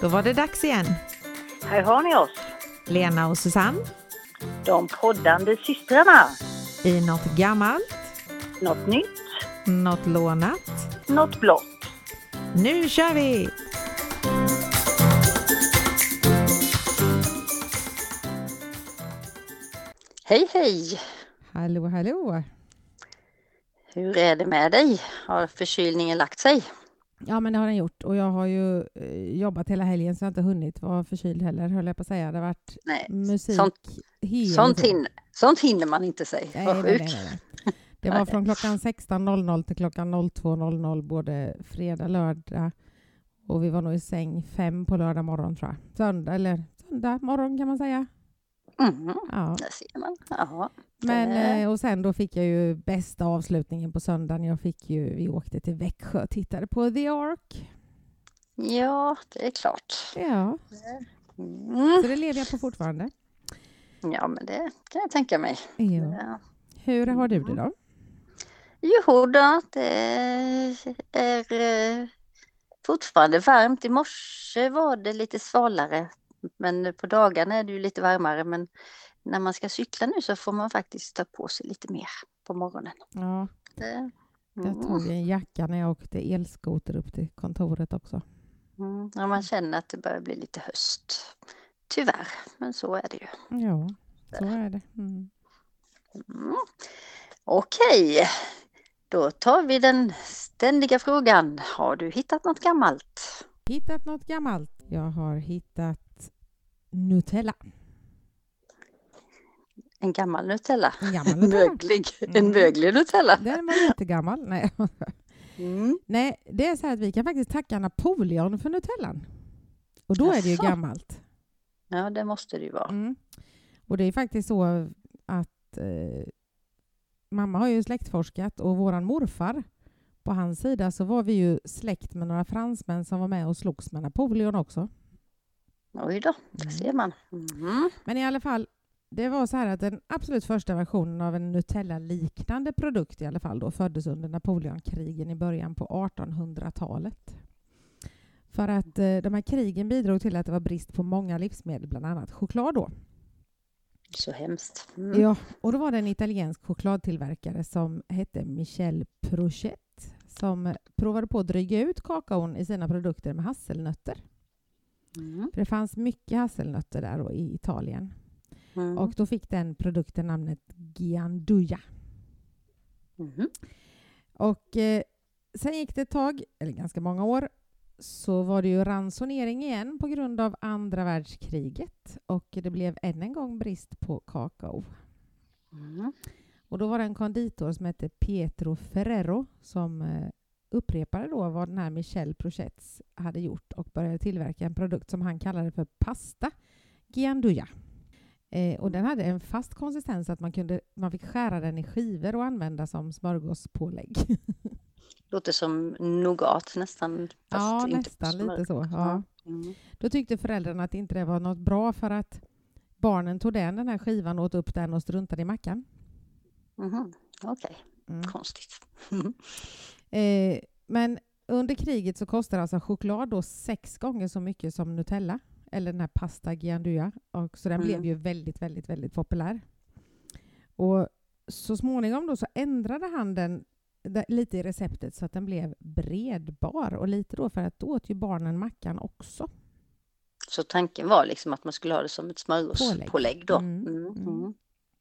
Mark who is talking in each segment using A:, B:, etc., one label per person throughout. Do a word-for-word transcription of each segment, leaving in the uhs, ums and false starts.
A: Då var det dags igen.
B: Här har ni oss.
A: Lena och Susanne.
B: De poddande systrarna.
A: I något gammalt.
B: Något nytt.
A: Något lånat.
B: Något blått.
A: Nu kör vi!
C: Hej hej!
A: Hallå hallå!
C: Hur är det med dig? Har förkylningen lagt sig?
A: Ja, men det har den gjort. Och jag har ju eh, jobbat hela helgen så jag har inte hunnit vara förkyld heller, höll jag på att säga. Det har varit
C: Nej,
A: musik.
C: sånt,
A: hela
C: sånt,
A: tiden.
C: hinner, sånt hinner man inte säga.
A: Nej,
C: Vad
A: nej,
C: sjukt.
A: nej, nej, nej. Det var från klockan sexton noll noll till klockan noll två noll noll både fredag, lördag. Och vi var nog i säng fem på lördag morgon, tror jag. Söndag, eller söndag morgon kan man säga.
C: Mm,
A: Ja.
C: det ser man. Jaha.
A: Men,
C: Det-
A: eh, och sen då fick jag ju bästa avslutningen på söndagen. Jag fick ju, vi åkte till Växjö och tittade på The Ark.
C: Ja, det är klart.
A: Ja,
C: Mm.
A: så det lever jag på fortfarande.
C: Ja, men det kan jag tänka mig.
A: Ja.
C: Ja.
A: Hur har du det då?
C: Jo då, det är eh, fortfarande varmt. I morse var det lite svalare, men på dagarna är det ju lite varmare. Men när man ska cykla nu så får man faktiskt ta på sig lite mer på morgonen.
A: Ja,
C: Det,
A: jag
C: mm,
A: tog en jacka när jag åkte elskoter upp till kontoret också.
C: mm, ja, man känner att det börjar bli lite höst. Tyvärr, men så är det ju.
A: Ja, så är det. Mm.
C: Mm. Okej, då tar vi den ständiga frågan. Har du hittat något gammalt?
A: Hittat något gammalt? Jag har hittat Nutella.
C: En gammal Nutella.
A: En gammal
C: En
A: Nutella.
C: möglig,
A: Mm.
C: en möglig Nutella.
A: Den var jättegammal. Nej.
C: Mm.
A: Nej, det är så här att vi kan faktiskt tacka Napoleon för Nutellan. Och då är det ju
C: Jaså?
A: gammalt.
C: Ja, det måste det ju vara.
A: Mm. Och det är faktiskt så att eh, mamma har ju släktforskat och våran morfar, på hans sida så var vi ju släkt med några fransmän som var med och slogs med Napoleon också.
C: Oj då, det ser man. Mm.
A: Men i alla fall, det var så här att den absolut första versionen av en Nutella-liknande produkt i alla fall då föddes under Napoleonkrigen i början på artonhundratalet. För att eh, de här krigen bidrog till att det var brist på många livsmedel, bland annat choklad då.
C: Så hemskt. Mm.
A: Ja, och då var det en italiensk chokladtillverkare som hette Michel Prochet som provade på att dryga ut kakaon i sina produkter med hasselnötter.
C: Mm.
A: För det fanns mycket hasselnötter där då i Italien.
C: Mm.
A: Och då fick den produkten namnet Gianduja.
C: Mm.
A: Och eh, sen gick det ett tag, eller ganska många år, så var det ju ransonering igen på grund av andra världskriget. Och det blev än en gång brist på kakao.
C: Mm.
A: Och då var det en konditor som hette Pietro Ferrero som eh, upprepade då vad den här Michel Prochets hade gjort och började tillverka en produkt som han kallade för pasta Gianduja. Eh, och den hade en fast konsistens så att man, kunde, man fick skära den i skivor och använda som smörgåspålägg.
C: Låter som nougat nästan. fast
A: Ja,
C: inte
A: nästan
C: smör.
A: lite så. Ja.
C: Mm.
A: Då tyckte föräldrarna att inte det var något bra för att barnen tog den, den här skivan, åt upp den och struntade i mackan.
C: Mhm. Okej,
A: Mm.
C: konstigt.
A: Eh, men under kriget så kostade alltså choklad då sex gånger så mycket som Nutella. Eller den här pasta Gianduja. Och så den
C: Mm.
A: blev ju väldigt, väldigt, väldigt populär. Och så småningom då så ändrade han den där, lite i receptet så att den blev bredbar. Och lite då för att då åt ju barnen mackan också.
C: Så tanken var liksom att man skulle ha det som ett smörgåspålägg då.
A: Mm.
C: Mm.
A: Mm.
C: Mm.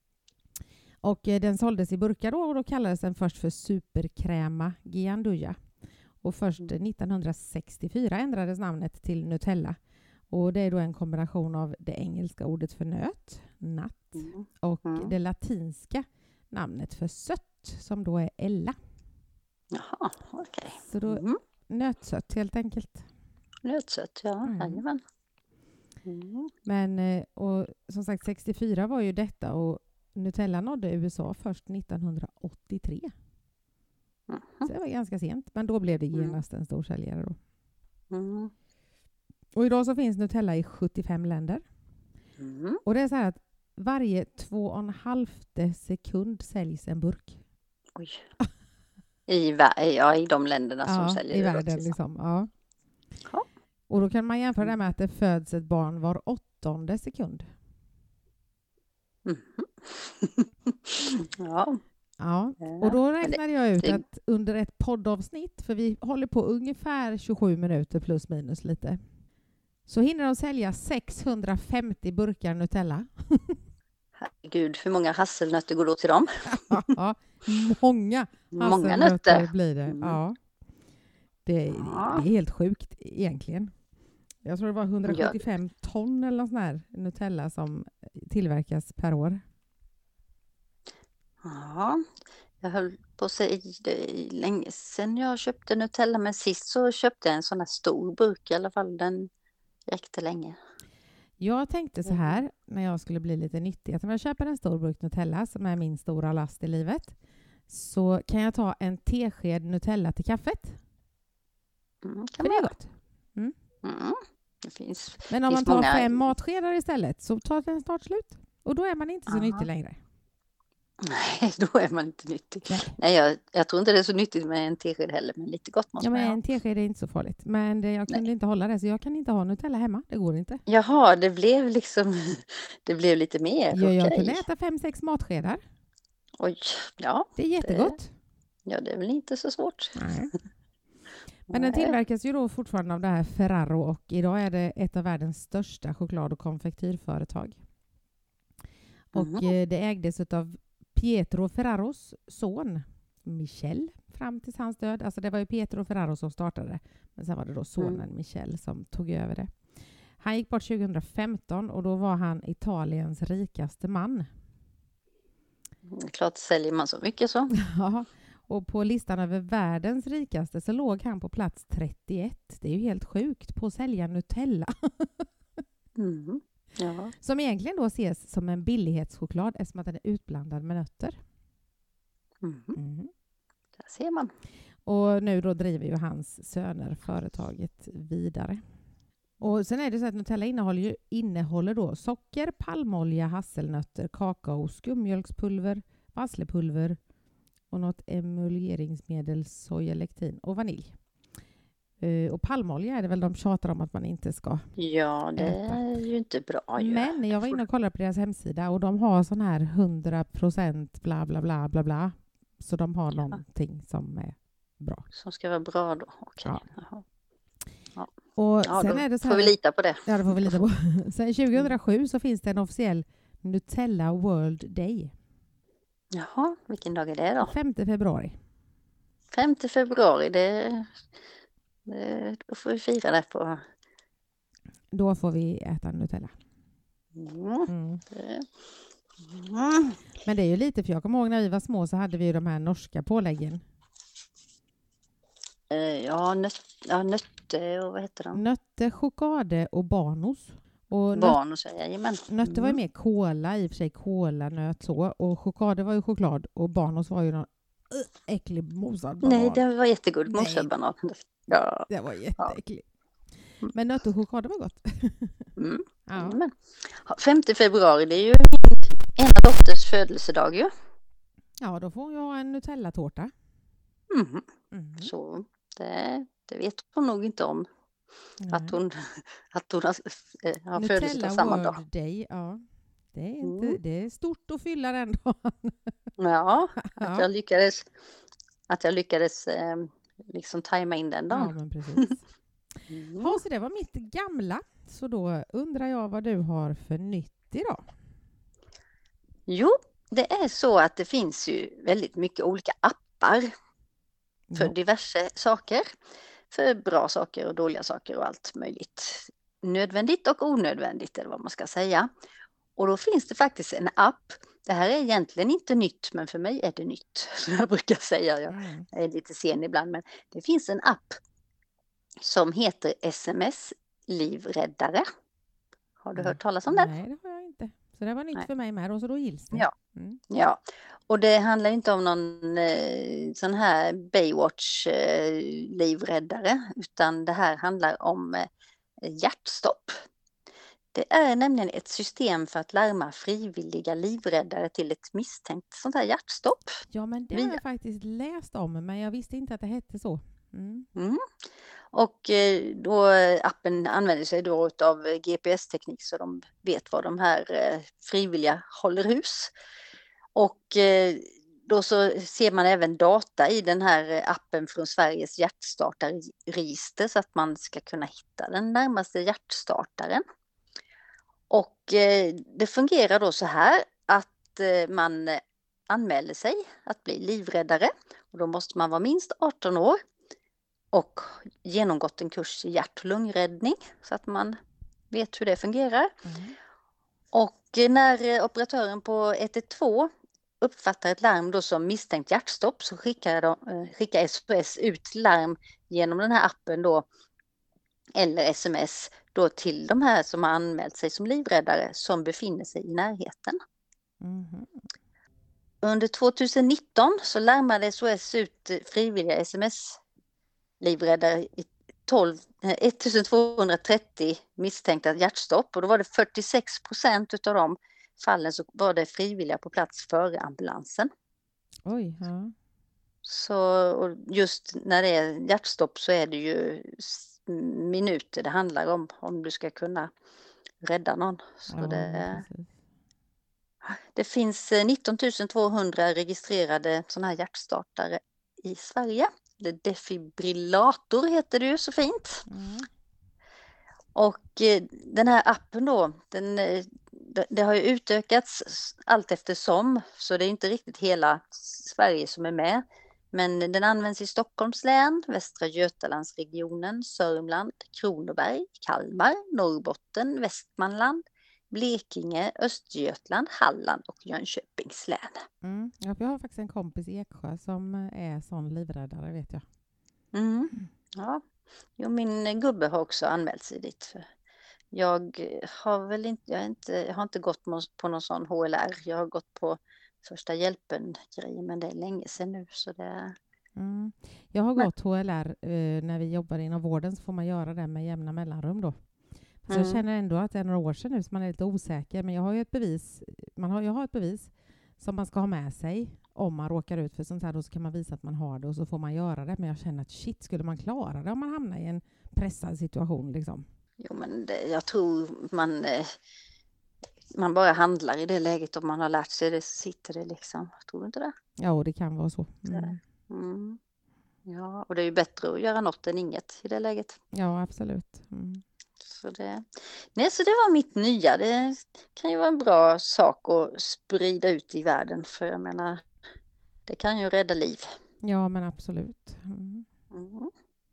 A: Och eh, den såldes i burkar då och då kallades den först för superkräma Gianduja. Och först eh, nittonhundrasextiofyra ändrades namnet till Nutella. Och det är då en kombination av det engelska ordet för nöt, nut,
C: Mm.
A: och
C: Mm.
A: det latinska namnet för sött som då är Ella.
C: Jaha, okej.
A: Så då
C: Mm.
A: nötsött helt enkelt.
C: Nötsött, ja.
A: Mm.
C: Jajamän. Mm.
A: Men eh, och som sagt sextiofyra var ju detta och Nutella nådde U S A först nittonhundraåttiotre.
C: Mhm.
A: Så det var ganska sent, men då blev det
C: Mm.
A: genast en stor säljare då.
C: Mm.
A: Och idag så finns Nutella i sjuttiofem länder.
C: Mm.
A: Och det är så här att varje två och en halvte sekund säljs en burk.
C: Oj. I, vä- ja, i de länderna som
A: Ja,
C: säljer
A: i
C: det då,
A: världen
C: liksom.
A: liksom. Ja.
C: Ja.
A: Och då kan man jämföra det med att det föds ett barn var åttonde sekund.
C: Mm. Ja.
A: Ja, och då räknade jag ut att under ett poddavsnitt, för vi håller på ungefär tjugosju minuter plus minus lite, så hinner de sälja sexhundrafemtio burkar Nutella.
C: Herregud, hur många hasselnötter går då till dem?
A: Ja, många
C: Många nötter
A: blir det. Ja. Det,
C: Ja.
A: det är helt sjukt egentligen. Jag tror det var hundrasjuttiofem ton eller något sånt här Nutella som tillverkas per år.
C: Ja, jag höll på att säga det är länge sedan jag köpte Nutella, men sist så köpte jag en sån här stor burk i alla fall. Den räckte länge.
A: Jag tänkte så här när jag skulle bli lite nyttig, att om jag köper en stor burk Nutella som är min stora last i livet, så kan jag ta en tesked Nutella till kaffet.
C: Mm, kan
A: För det är gott.
C: Mm, det finns.
A: Men om
C: finns
A: man tar
C: många...
A: fem matskedar istället så tar den snart slut. Och då är man inte så
C: Aha.
A: nyttig längre.
C: Nej, då är man inte nyttig.
A: Nej.
C: Nej, jag, jag tror inte det är så nyttigt med en tesked heller, men lite gott måste
A: Ja,
C: man
A: men
C: ha.
A: en tesked är inte så farligt. Men det, jag kunde
C: Nej.
A: inte hålla det, så jag kan inte ha Nutella hemma. Det går inte.
C: Jaha, det blev liksom, det blev lite mer.
A: Ja, jag
C: okej.
A: kunde äta fem, sex matskedar.
C: Oj, ja,
A: Det är jättegott.
C: ja, det är väl inte så svårt.
A: Nej. Men den tillverkas ju då fortfarande av det här Ferraro, och idag är det ett av världens största choklad- och konfektyrföretag. Och
C: Mhm.
A: eh, det ägdes av Pietro Ferraros son Michel fram till hans död. Alltså det var ju Pietro Ferraro som startade, men sen var det då sonen
C: Mm.
A: Michel som tog över det. Han gick bort tjugohundrafemton och då var han Italiens rikaste man.
C: Det är klart, säljer man så mycket så.
A: Ja, och på listan över världens rikaste så låg han på plats trettioett. Det är ju helt sjukt, på att sälja Nutella.
C: Mm. Ja.
A: Som egentligen då ses som en billighetschoklad eftersom att den är utblandad med nötter.
C: Mm.
A: Mm.
C: Där ser man.
A: Och nu då driver ju hans söner företaget vidare. Och sen är det så att Nutella innehåller, ju, innehåller då socker, palmolja, hasselnötter, kakao, skummjölkspulver, vasslepulver och något emulgeringsmedel, sojalektin och vanilj. Uh, och palmolja är det väl de tjatar om att man inte ska.
C: Ja, det
A: Äta.
C: är ju inte bra. Ju.
A: Men jag var inne och kollade på deras hemsida och de har sån här hundra procent bla bla bla bla bla. Så de har
C: Ja.
A: någonting som är bra.
C: Som ska vara bra då. Okej.
A: Ja.
C: Jaha.
A: Och
C: Ja,
A: sen
C: då
A: är det så
C: får
A: här,
C: vi lita på det.
A: ja, det får vi lita på. Sen tjugohundrasju så finns det en officiell Nutella World Day.
C: Jaha, vilken dag är det då?
A: femte februari.
C: femte februari, det, det, då får vi fira det på...
A: Då får vi äta Nutella.
C: Mm,
A: Mm.
C: det, mm.
A: Men det är ju lite, för jag kommer ihåg när vi var små så hade vi ju de här norska påläggen.
C: Eh, Ja, nöt, ja, nötte och vad heter de?
A: Nötte, chokade och banos. Och nöt,
C: Barn och så, jajamän.
A: nötter var ju
C: Mm.
A: mer kola, i och för sig kola, nöt så. Och chokade var ju choklad och banos var ju någon uh, äcklig mosad banan.
C: Nej, det var jättegod.
A: Nej.
C: Mosad banan. Ja.
A: Det var jätteäckligt. Men nöt och choklad var gott.
C: Mm.
A: Ja.
C: Jajamän. Ja, femte februari, det är ju min ena dotters födelsedag ju.
A: Ja, då får jag en Nutella-tårta.
C: Mm.
A: Mm.
C: Så det, det vet hon nog inte om.
A: Nej.
C: Att hon, att hon har, eh, har födelsedag samma
A: Nutella
C: dag.
A: World Day, ja. Det är, inte,
C: Mm.
A: det är stort att fylla den dagen.
C: Ja, att
A: Ja.
C: jag lyckades, att jag lyckades eh, liksom tajma in den
A: Ja,
C: dagen.
A: men precis.
C: Mm.
A: Ja, så det var mitt gamla. Så då undrar jag vad du har för nytt idag.
C: Jo, det är så att det finns ju väldigt mycket olika appar för
A: Ja.
C: diverse saker. För bra saker och dåliga saker och allt möjligt. Nödvändigt och onödvändigt eller vad man ska säga. Och då finns det faktiskt en app. Det här är egentligen inte nytt, men för mig är det nytt. Som jag brukar säga. Jag
A: Mm.
C: är lite sen ibland, men det finns en app som heter S M S-livräddare. Har du
A: Nej.
C: hört talas om den?
A: Nej, det har jag inte. Så det var nytt
C: Nej.
A: för mig med. Och så då gills det.
C: Ja.
A: Mm.
C: Ja, och det handlar inte om någon eh, sån här Baywatch eh, livräddare, utan det här handlar om eh, hjärtstopp. Det är nämligen ett system för att larma frivilliga livräddare till ett misstänkt sånt här hjärtstopp.
A: Ja, men det
C: Vi-
A: har jag faktiskt läst om. Men jag visste inte att det hette så. Mm.
C: Mm. Och eh, då eh, appen använder sig då av G P S-teknik så de vet var de här eh, frivilliga håller hus. Och eh, då så ser man även data i den här eh, appen från Sveriges hjärtstartarregister så att man ska kunna hitta den närmaste hjärtstartaren. Och eh, det fungerar då så här att eh, man eh, anmäler sig att bli livräddare och då måste man vara minst arton år och genomgått en kurs i hjärt- och lungräddning så att man vet hur det fungerar.
A: Mm.
C: Och eh, när eh, operatören på ett ett två uppfattar ett larm då som misstänkt hjärtstopp så skickar, de, eh, skickar S O S ut larm genom den här appen då eller sms då till de här som har anmält sig som livräddare som befinner sig i närheten.
A: Mm.
C: Under tjugonitton så larmade S O S ut frivilliga sms-livräddare i tolv, ettusentvåhundratrettio misstänkta hjärtstopp och då var det fyrtiosex procent utav de fallen så var det frivilliga på plats före ambulansen.
A: Oj, ja.
C: Så och just när det är hjärtstopp så är det ju minuter det handlar om om du ska kunna rädda någon. Så
A: Ja,
C: det,
A: precis.
C: det finns nitton tusen tvåhundra registrerade sådana här hjärtstartare i Sverige. Det defibrillator heter det ju så fint.
A: Mm.
C: Och eh, den här appen då, den, eh, det, det har ju utökats allt eftersom så det är inte riktigt hela Sverige som är med. Men den används i Stockholms län, Västra Götalandsregionen, Sörmland, Kronoberg, Kalmar, Norrbotten, Västmanland, Blekinge, Östergötland, Halland och Jönköpings län.
A: Mm. Ja, för jag har faktiskt en kompis i Eksjö som är sån livräddare, vet jag.
C: Mm. Ja, jo, min gubbe har också anmält sig dit. Jag har väl inte, jag är inte, jag har inte gått på någon sån H L R. Jag har gått på första hjälpen-grej, men det är länge sedan nu. Så det...
A: Mm. Jag har
C: Men-
A: gått H L R eh, när vi jobbar inom vården så får man göra det med jämna mellanrum då. Så
C: Mm.
A: jag känner ändå att det är några år sedan nu så man är lite osäker. Men jag har ju ett bevis, man har, jag har ett bevis som man ska ha med sig om man råkar ut för sånt här. Då så kan man visa att man har det och så får man göra det. Men jag känner att shit, skulle man klara det om man hamnar i en pressad situation liksom?
C: Jo, men det, jag tror man, eh, man bara handlar i det läget om man har lärt sig det, sitter det liksom. Tror du inte det?
A: Ja, och det kan vara så. Mm.
C: Mm. Ja, och det är ju bättre att göra något än inget i det läget.
A: Ja, absolut. Mm.
C: Så det, nej, så det var mitt nya. Det kan ju vara en bra sak att sprida ut i världen. För jag menar, det kan ju rädda liv.
A: Ja, men absolut. Mm.
C: Mm.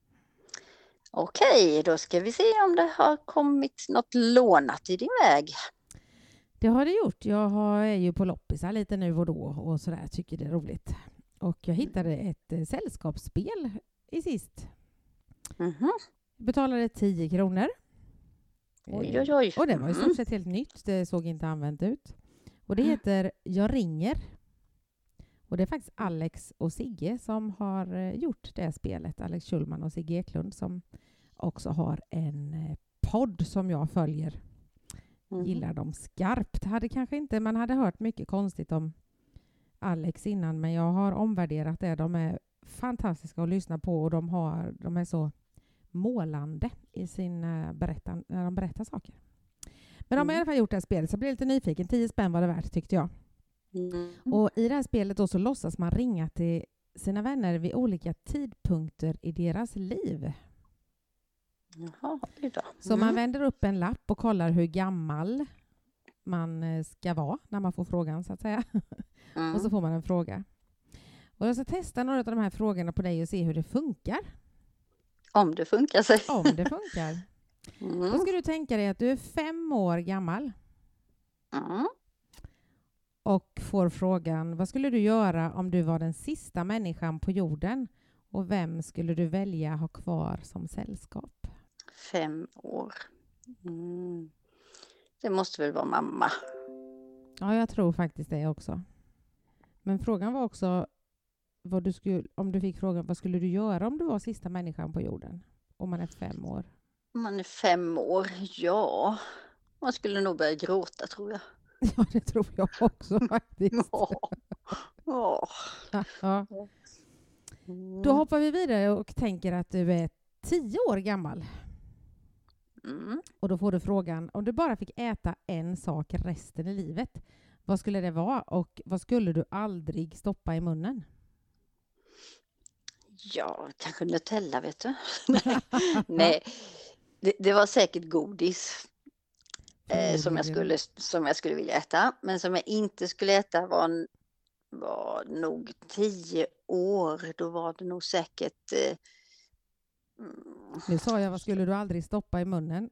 C: Okej, då ska vi se om det har kommit något lånat i din väg.
A: Det har det gjort. Jag har, är ju på loppisar lite nu och då och sådär, tycker det är roligt. Och jag hittade ett eh, sällskapsspel i sist.
C: Mhm.
A: Jag betalade tio kronor.
C: Oj, oj, oj.
A: Och det var i
C: Mm.
A: stort sett helt nytt. Det såg inte använt ut. Och det heter Jag ringer. Och det är faktiskt Alex och Sigge som har eh, gjort det spelet. Alex Schulman och Sigge Eklund som också har en eh, podd som jag följer.
C: Mhm.
A: Gillar dem skarpt. Hade kanske inte, man hade hört mycket konstigt om Alex innan, men jag har omvärderat det. De är fantastiska att lyssna på och de, har, de är så målande i sin uh, berättan, när de berättar saker. Men de har
C: Mm.
A: i alla fall gjort det här spelet så jag blev lite nyfiken. Tio spänn var det värt tyckte jag.
C: Mm.
A: Och i det här spelet då så låtsas man ringa till sina vänner vid olika tidpunkter i deras liv.
C: Jaha, oj då.
A: Så man
C: Mm.
A: vänder upp en lapp och kollar hur gammal man eh, ska vara när man får frågan så att säga.
C: Mm.
A: Och så får man en fråga. Och jag ska testa några av de här frågorna på dig och se hur det funkar.
C: Om det funkar sig.
A: Om det funkar.
C: Mm.
A: Då ska du tänka dig att du är fem år gammal
C: Mm.
A: och får frågan, vad skulle du göra om du var den sista människan på jorden? Och vem skulle du välja ha kvar som sällskap?
C: Fem år. Mm. Det måste väl vara mamma.
A: Ja, jag tror faktiskt det också. Men frågan var också, vad du skulle, om du fick frågan, vad skulle du göra om du var sista människan på jorden? Om man är fem år.
C: Om man är fem år, ja. Man skulle nog börja gråta tror jag.
A: Ja, det tror jag också faktiskt.
C: Ja. Ja.
A: Ja.
C: Mm.
A: Då hoppar vi vidare och tänker att du är tio år gammal.
C: Mm.
A: Och då får du frågan, om du bara fick äta en sak resten i livet, vad skulle det vara och vad skulle du aldrig stoppa i munnen?
C: Ja, kanske Nutella, vet du. Nej, Nej. Det, det var säkert godis eh, som, jag skulle, som jag skulle vilja äta. Men som jag inte skulle äta var, var nog tio år. Då var det nog säkert... Eh,
A: Nu sa jag, vad skulle du aldrig stoppa i munnen?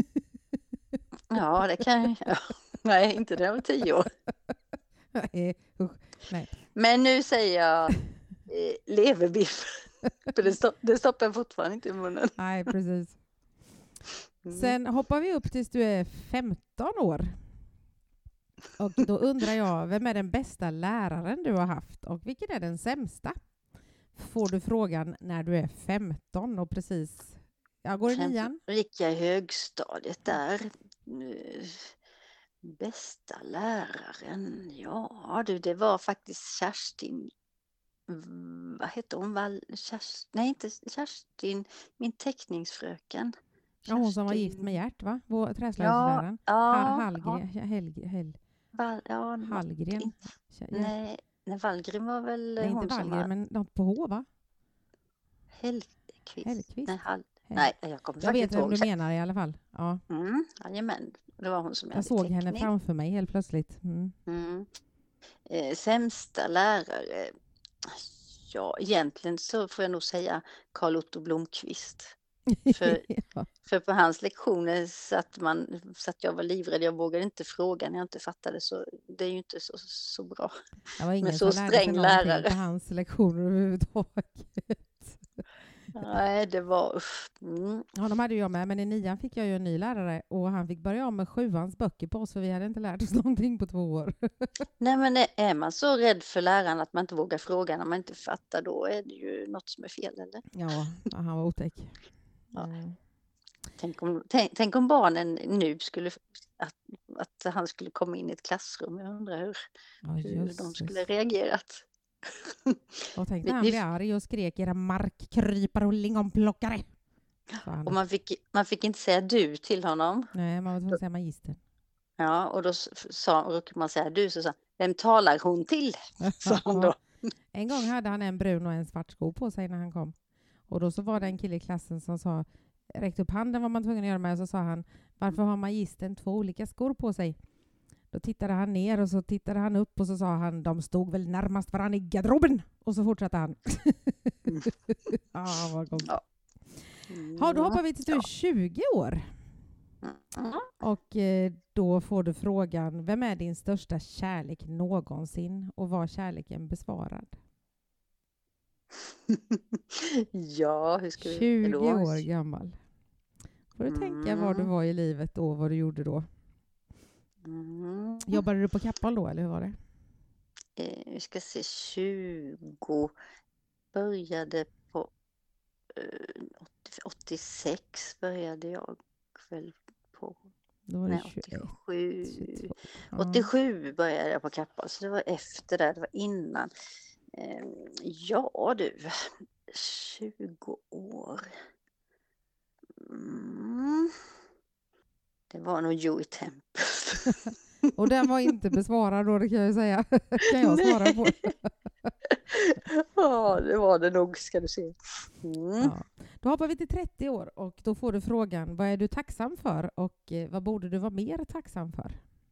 C: Ja, det kan jag. Ja. Nej, inte det var tio år.
A: Nej, usch, nej.
C: Men nu säger jag eh, leverbiff. För det, stopp, det stoppar jag fortfarande inte i munnen.
A: Nej, precis.
C: Mm.
A: Sen hoppar vi upp tills du är femton år. Och då undrar jag, vem är den bästa läraren du har haft och vilken är den sämsta? Får du frågan när du är femton och precis... Jag går i nian.
C: Då gick jag i högstadiet där. Nu, bästa läraren, ja du, det var faktiskt Kerstin. Vad heter hon? Val, Kerstin, nej, inte Kerstin, min teckningsfröken.
A: Ja, hon som var gift med Gert, va? Vår träslöjdsläraren.
C: Ja, ja,
A: Hallgren. Ja. Helg, Hel,
C: Val, ja,
A: Hallgren.
C: Inte,
A: Ja.
C: nej, nej, Wallgren var väl
A: Nej,
C: hon
A: inte
C: som
A: Wallgren,
C: var...
A: men något på H, va?
C: Hellqvist.
A: Hellqvist.
C: Nej, Hall,
A: Hell.
C: nej, jag kommer
A: Jag
C: faktiskt
A: vet
C: inte
A: vem
C: ihåg.
A: du menar i alla fall. Ja.
C: Mm, jajamän, det var hon som jag
A: Jag såg
C: teckning.
A: henne framför mig helt plötsligt. Mm.
C: Mm. Eh, sämsta lärare, ja egentligen så får jag nog säga Carl Otto Blomqvist. För,
A: ja.
C: för på hans lektioner satt, man, satt jag var livrädd, jag vågade inte fråga när jag inte fattade, så det är ju inte så, så bra.
A: Det var ingen
C: Men
A: som
C: så
A: lärde sig
C: sträng
A: någonting
C: lärare.
A: på hans lektioner överhuvudtaget.
C: Nej, det var usch. Mm.
A: Ja, de hade jag med, men i nian fick jag ju en ny lärare och han fick börja om med sjuans böcker på oss för vi hade inte lärt oss någonting på två år.
C: Nej, men är man så rädd för läraren att man inte vågar fråga när man inte fattar, då är det ju något som är fel, eller?
A: Ja, han var otäck.
C: Ja.
A: Mm.
C: Tänk om, tänk, tänk om barnen nu skulle, att, att han skulle komma in i ett klassrum. Jag undrar hur,
A: Ja,
C: hur de
A: jösses.
C: skulle reagerat.
A: Och tänkte
C: Vi-
A: han
C: vi-
A: blev arg och skrek era markkrypare och lingonplockare. sa han.
C: Och man fick, man fick inte säga du till honom.
A: Nej, man var tvungen att säga magistern.
C: Ja, och då s- sa, råkade man säga du, så sa han, vem talar hon till? Sa han då.
A: En gång hade han en brun och en svart sko på sig när han kom. Och då så var det en kille i klassen som sa, räckte upp handen var man tvungen att göra med, och så sa han, varför har magistern två olika skor på sig? Då tittade han ner och så tittade han upp och så sa han, de stod väl närmast varann i garderoben. Och så fortsatte han. Ja, vad gott.
C: Ja.
A: Ja, då hoppar vi till du är tjugo år.
C: Mm.
A: Och eh, då får du frågan, vem är din största kärlek någonsin? Och var kärleken besvarad?
C: Ja, hur ska vi
A: tjugo
C: då?
A: år gammal. Får du tänka var du
C: Mm.
A: var i livet då, vad du gjorde då.
C: Mm.
A: Jobbade du på Kappahl då, eller hur var det?
C: Eh, vi ska se, tjugo började på eh, åttio, åttiosex började jag väl på,
A: Då var
C: nej
A: det tjugoett,
C: åttiosju.
A: tjugotvå. Ja.
C: åttiosju började jag på Kappahl, så det var efter det, det var innan. Eh, ja du, tjugo år. Mm. Det var nog Joey Tempest.
A: Och den var inte besvarad då, det kan jag säga. Kan jag svara på.
C: Ja, det var det nog, ska du se. Mm.
A: Ja. Då hoppar vi till trettio år och då får du frågan, vad är du tacksam för och eh, vad borde du vara mer tacksam för?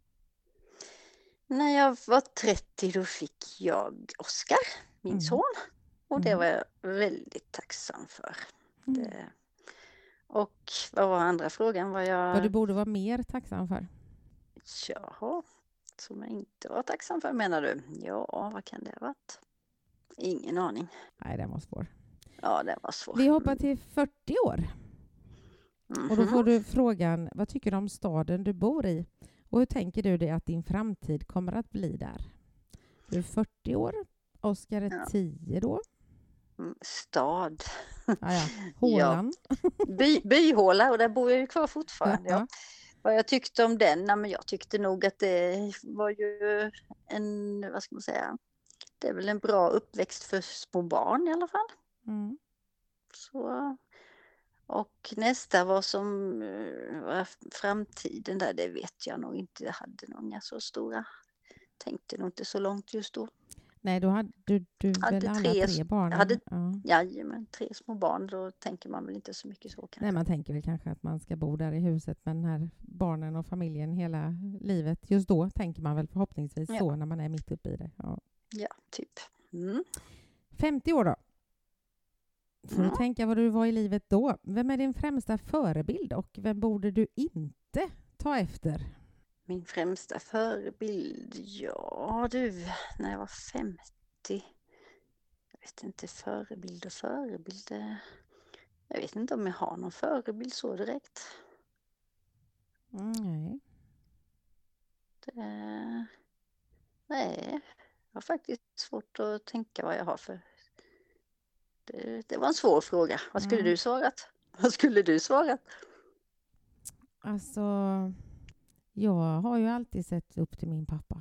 C: När jag var trettio då fick jag Oskar, min
A: Mm.
C: son. Och det
A: Mm.
C: var jag väldigt tacksam för.
A: Mm.
C: Det. Och vad var andra frågan? Var jag...
A: Vad du borde vara mer tacksam för?
C: Jaha, som jag inte var tacksam för menar du? Ja, vad kan det ha varit? Ingen aning.
A: Nej, den var svår.
C: Ja, det var svårt.
A: Vi hoppar till fyrtio år.
C: Mhm.
A: Och då får du frågan, vad tycker du om staden du bor i? Och hur tänker du dig att din framtid kommer att bli där? Du är fyrtio år, Oskar är
C: Ja.
A: tio då.
C: Mm, Stad.
A: Ah, ja. Håland.
C: By, byhåla, och där bor jag ju kvar fortfarande. Ja.
A: Ja.
C: Vad jag tyckte om den? Nej, men jag tyckte nog att det var ju en, vad ska man säga, det är väl en bra uppväxt för små barn i alla fall.
A: Mm.
C: Så, och nästa vad som eh, var framtiden där, det vet jag nog inte. Jag hade nog inga så stora, tänkte nog inte så långt just då.
A: Nej, då hade du, du
C: Hade
A: väl alla
C: tre-
A: tre barn?
C: jag hade-
A: Ja.
C: Jajamän, tre små barn, då tänker man väl inte så mycket så kanske.
A: Nej, man tänker väl kanske att man ska bo där i huset med den här barnen och familjen hela livet. Just då tänker man väl förhoppningsvis
C: Ja.
A: så när man är mitt uppe i det. Ja.
C: Ja, typ. Mm.
A: femtio år då. Får
C: Mm.
A: du tänka vad du var i livet då. Vem är din främsta förebild och vem borde du inte ta efter?
C: Min främsta förebild, ja du, när jag var femtio. Jag vet inte, förebild och förebild. eh, Jag vet inte om jag har någon förebild så direkt.
A: Mm, nej.
C: Det, nej, jag har faktiskt svårt att tänka vad jag har för... Det, det var en svår fråga. Vad skulle
A: Mm.
C: du svarat? Vad skulle du svarat?
A: Alltså, jag har ju alltid sett upp till min pappa.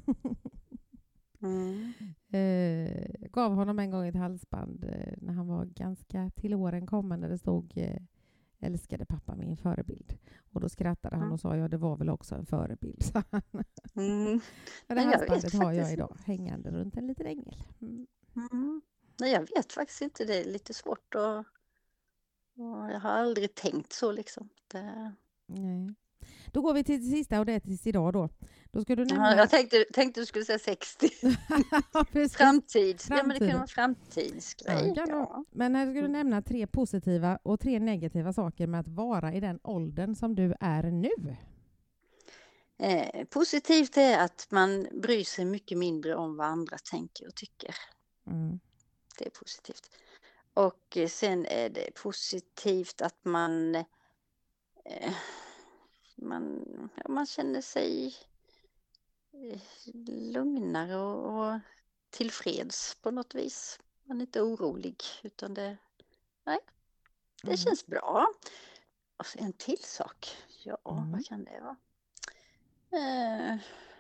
C: Mm.
A: eh, gav honom en gång ett halsband eh, när han var ganska till åren kommen, där det stod eh, älskade pappa, min förebild. Och då skrattade han
C: Mm.
A: och sa, ja, det var väl också en förebild. sa han.
C: Mm.
A: Och det
C: Nej, jag vet
A: halsbandet har jag
C: faktiskt
A: idag hängande runt en liten ängel. Mm.
C: Mm. Nej, jag vet faktiskt inte. Det är lite svårt och, och jag har aldrig tänkt så liksom. Det...
A: Nej. Då går vi till det sista och det är tills idag då. Då ska du
C: Ja,
A: nämna...
C: jag tänkte, tänkte du skulle säga sextio.
A: Ja, precis.
C: Framtid. Ja, men det
A: Framtiden.
C: kan vara framtidsgrej.
A: Ja, kan det
C: Ja.
A: vara. Men här ska du
C: Mm.
A: nämna tre positiva och tre negativa saker med att vara i den åldern som du är nu.
C: Eh, positivt är att man bryr sig mycket mindre om vad andra tänker och tycker.
A: Mm.
C: Det är positivt. Och eh, sen är det positivt att man, eh, man, ja, man känner sig eh, lugnare och, och tillfreds på något vis. Man är inte orolig utan det, nej, det
A: Mm.
C: känns bra. Och så en till sak. Ja,
A: Mm.
C: vad kan det vara? Eh,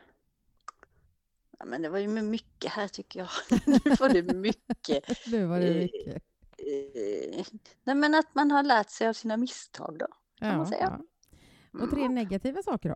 C: ja, men det var ju med mycket här tycker jag. Nu var det mycket.
A: Nu var det
C: Eh,
A: mycket.
C: Eh, nej, men att man har lärt sig av sina misstag då. kan man säga.
A: Ja. Och tre
C: Mm.
A: negativa saker då?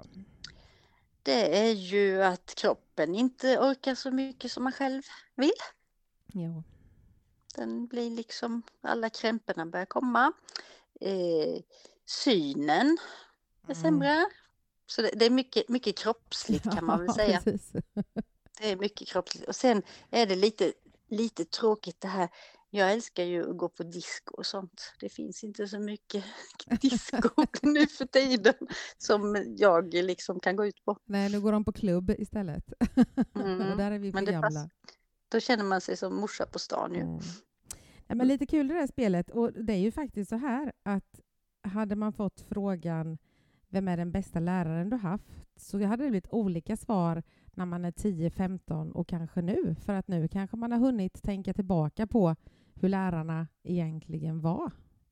C: Det är ju att kroppen inte orkar så mycket som man själv vill.
A: Ja.
C: Den blir liksom, alla krämporna börjar komma. Eh, synen är
A: Mm.
C: sämre. Så det, det är mycket, mycket kroppsligt kan man väl
A: Ja,
C: säga.
A: precis.
C: Det är mycket kroppsligt. Och sen är det lite, lite tråkigt det här. Jag älskar ju att gå på disco och sånt. Det finns inte så mycket disco nu för tiden som jag liksom kan gå ut på.
A: Nej, nu går de på klubb istället.
C: Mm.
A: Och där är vi för
C: Men det
A: gamla.
C: pass- Då känner man sig som morsa på stan ju.
A: Mm. Ja, men lite kul det där spelet. Och det är ju faktiskt så här att hade man fått frågan vem är den bästa läraren du haft, så hade det blivit olika svar när man är tio, femton och kanske nu. För att nu kanske man har hunnit tänka tillbaka på hur lärarna egentligen var.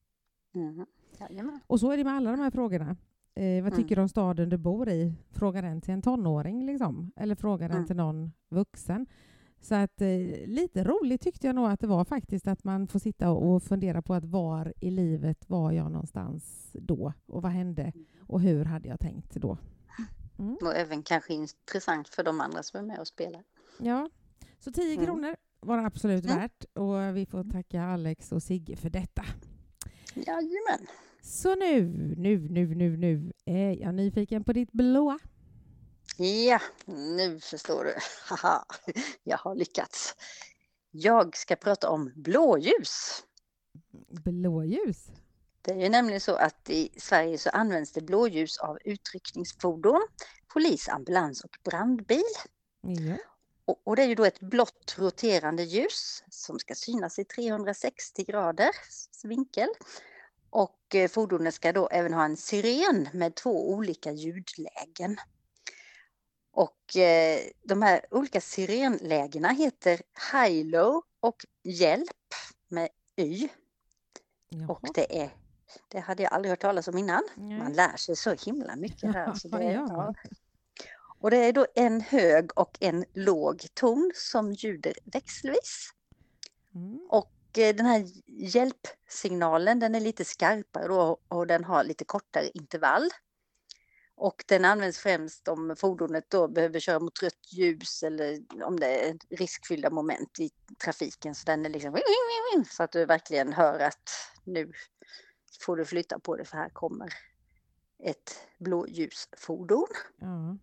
C: Mm. Jajamän.
A: Och så är det med alla de här frågorna. Eh, vad
C: Mm.
A: tycker du om staden du bor i? Fråga den till en tonåring liksom. Eller fråga den
C: Mm.
A: till någon vuxen. Så att eh, lite roligt tyckte jag nog att det var faktiskt att man får sitta och fundera på att var i livet var jag någonstans då? Och vad hände? Och hur hade jag tänkt då? Mm.
C: Och även kanske intressant för de andra som är med och spelar.
A: Ja, så tio
C: Mm.
A: kronor var det absolut
C: Mm.
A: värt. Och vi får tacka Alex och Sigge för detta.
C: Jajamän.
A: Så nu, nu, nu, nu, nu är jag nyfiken på ditt blåa.
C: Ja, nu förstår du. Haha, jag har lyckats. Jag ska prata om blåljus.
A: Blåljus?
C: Det är ju nämligen så att i Sverige så används det blåljus av utryckningsfordon, polis, ambulans och brandbil.
A: Ja.
C: Och, och det är ju då ett blått roterande ljus som ska synas i trehundrasextio graders vinkel. Och eh, fordonet ska då även ha en siren med två olika ljudlägen. Och eh, de här olika sirenlägena heter high-low och hjälp med y.
A: Jaha.
C: Och det är, det hade jag aldrig hört talas om innan.
A: Nej.
C: Man lär sig så himla mycket här. Så det,
A: Ja,
C: ja. Och det är då en hög och en låg ton som ljuder växelvis.
A: Mm.
C: Och den här hjälpsignalen, den är lite skarpare då, och den har lite kortare intervall. Och den används främst om fordonet då behöver köra mot rött ljus eller om det är riskfyllda moment i trafiken. Så den är liksom så att du verkligen hör att nu får du flytta på det för här kommer ett blåljusfordon.
A: Ja.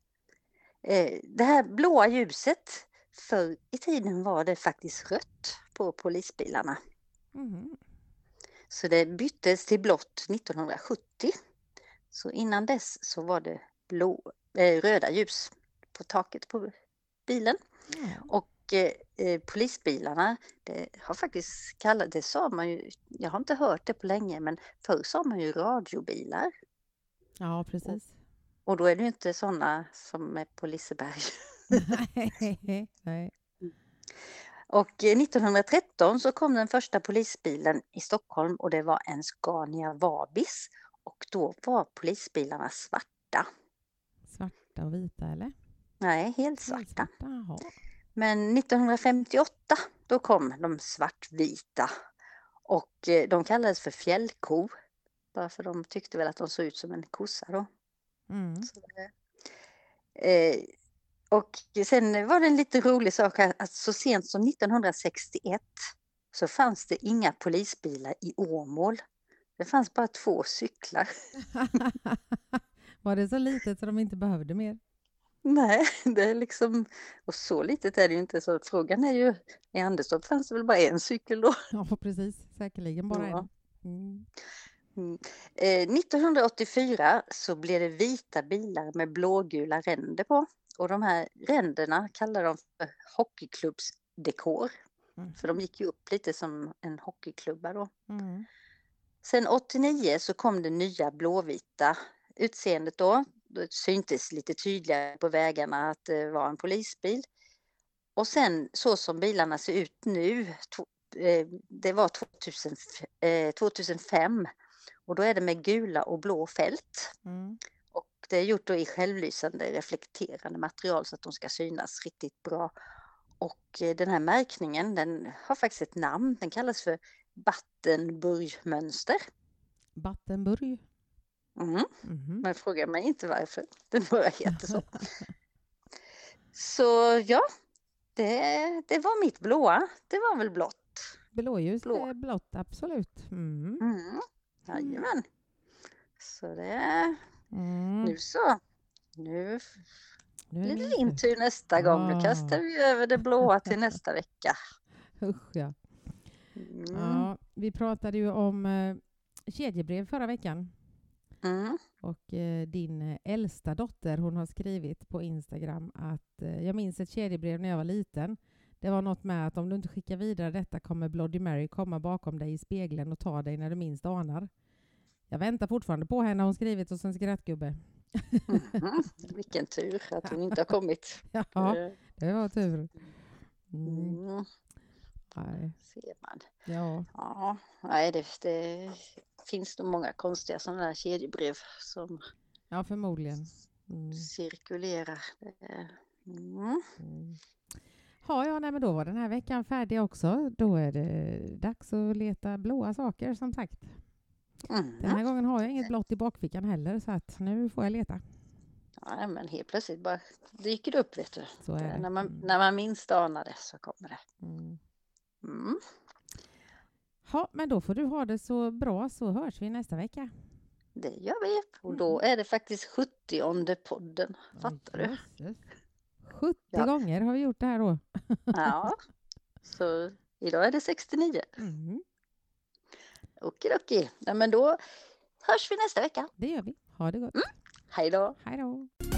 C: Det här blåa ljuset, förr i tiden var det faktiskt rött på polisbilarna.
A: Mm.
C: Så det byttes till blått nittonhundrasjuttio. Så innan dess så var det blå, eh, röda ljus på taket på bilen.
A: Ja.
C: Och eh, polisbilarna, det har faktiskt kallat, det sa man ju, jag har inte hört det på länge, men förr sa man ju radiobilar.
A: Ja, precis.
C: Och då är det ju inte sådana som är på Liseberg.
A: Nej. Nej.
C: Och nittonhundratretton så kom den första polisbilen i Stockholm och det var en Scania Vabis. Och då var polisbilarna svarta.
A: Svarta och vita, eller?
C: Nej, helt svarta.
A: Helt svarta, jaha.
C: Men nittonhundrafemtioåtta då kom de svartvita. Och eh, de kallades för fjällko. Bara för de tyckte väl att de såg ut som en kossa då.
A: Mm.
C: Så, eh, och sen var det en lite rolig sak här, att så sent som nittonhundrasextioett så fanns det inga polisbilar i Åmål. Det fanns bara två cyklar.
A: Var det så litet så de inte behövde mer?
C: Nej, det är liksom, och så litet är det ju inte, så frågan är ju, i Anderstorp fanns det väl bara en cykel då?
A: Ja, precis. Säkerligen bara
C: Ja.
A: en. Mm.
C: Mm. Eh, nittonhundraåttiofyra så blev det vita bilar med blågula ränder på. Och de här ränderna kallar de för hockeyklubbsdekor.
A: Mm.
C: För de gick ju upp lite som en hockeyklubba då.
A: Mm.
C: Sen åttionio så kom det nya blåvita utseendet då. Det syntes lite tydligare på vägarna att det var en polisbil. Och sen så som bilarna ser ut nu, det var tvåtusenfem. Och då är det med gula och blå fält.
A: Mm.
C: Och det är gjort då i självlysande reflekterande material så att de ska synas riktigt bra. Och den här märkningen, den har faktiskt ett namn. Den kallas för Battenburg-mönster.
A: Battenburg?
C: Mm.
A: Mm.
C: Men fråga mig inte varför. Den bara heter så. Så ja, det, det var mitt blåa. Det var väl blått.
A: Blåljus
C: Blå.
A: är blått, absolut. Mm.
C: Mm. Jajamän. Så det
A: Mm.
C: nu så. Nu
A: Nu är
C: blir
A: det
C: det din
A: min
C: tur nästa gång. Nu
A: Ah.
C: kastar vi över det blåa till nästa vecka.
A: Usch, ja.
C: Mm.
A: Ja, vi pratade ju om eh, kedjebrev förra veckan.
C: Mm.
A: Och eh, din eh, äldsta dotter, hon har skrivit på Instagram att eh, jag minns ett kedjebrev när jag var liten. Det var något med att om du inte skickar vidare detta kommer Bloody Mary komma bakom dig i spegeln och ta dig när du minst anar. Jag väntar fortfarande på henne, hon skrivit hos en skrattgubbe.
C: Mm. Vilken tur att hon inte har kommit.
A: Ja,
C: Eh,
A: det var tur. Mm.
C: Mm.
A: Nej.
C: Ser man.
A: Ja.
C: Ja, nej, det, det finns nog många konstiga sådana här kedjebrev som
A: ja, förmodligen. Mm.
C: cirkulerar. Det- Mm.
A: Mm. Ja, ja, nej, men då var den här veckan färdig också. Då är det dags att leta blåa saker, som sagt. Den här
C: Mm.
A: gången har jag inget blått i bakfickan heller, så att nu får jag leta.
C: Ja, men helt plötsligt bara dyker det upp, vet du.
A: Så är det.
C: När man,
A: Mm.
C: när man minst anar det så kommer det.
A: Mm.
C: Mm.
A: Ja, men då får du ha det så bra, så hörs vi nästa vecka.
C: Det gör vi. Och då är det faktiskt sjuttionde podden. Fattar du?
A: Jösses. sjuttio
C: Ja.
A: gånger har vi gjort det här då.
C: Ja. Så idag är det sextionio.
A: Mm.
C: Okidoki. Ja, men då hörs vi nästa vecka.
A: Det gör vi. Ha det gott.
C: Hej då.
A: Hej då.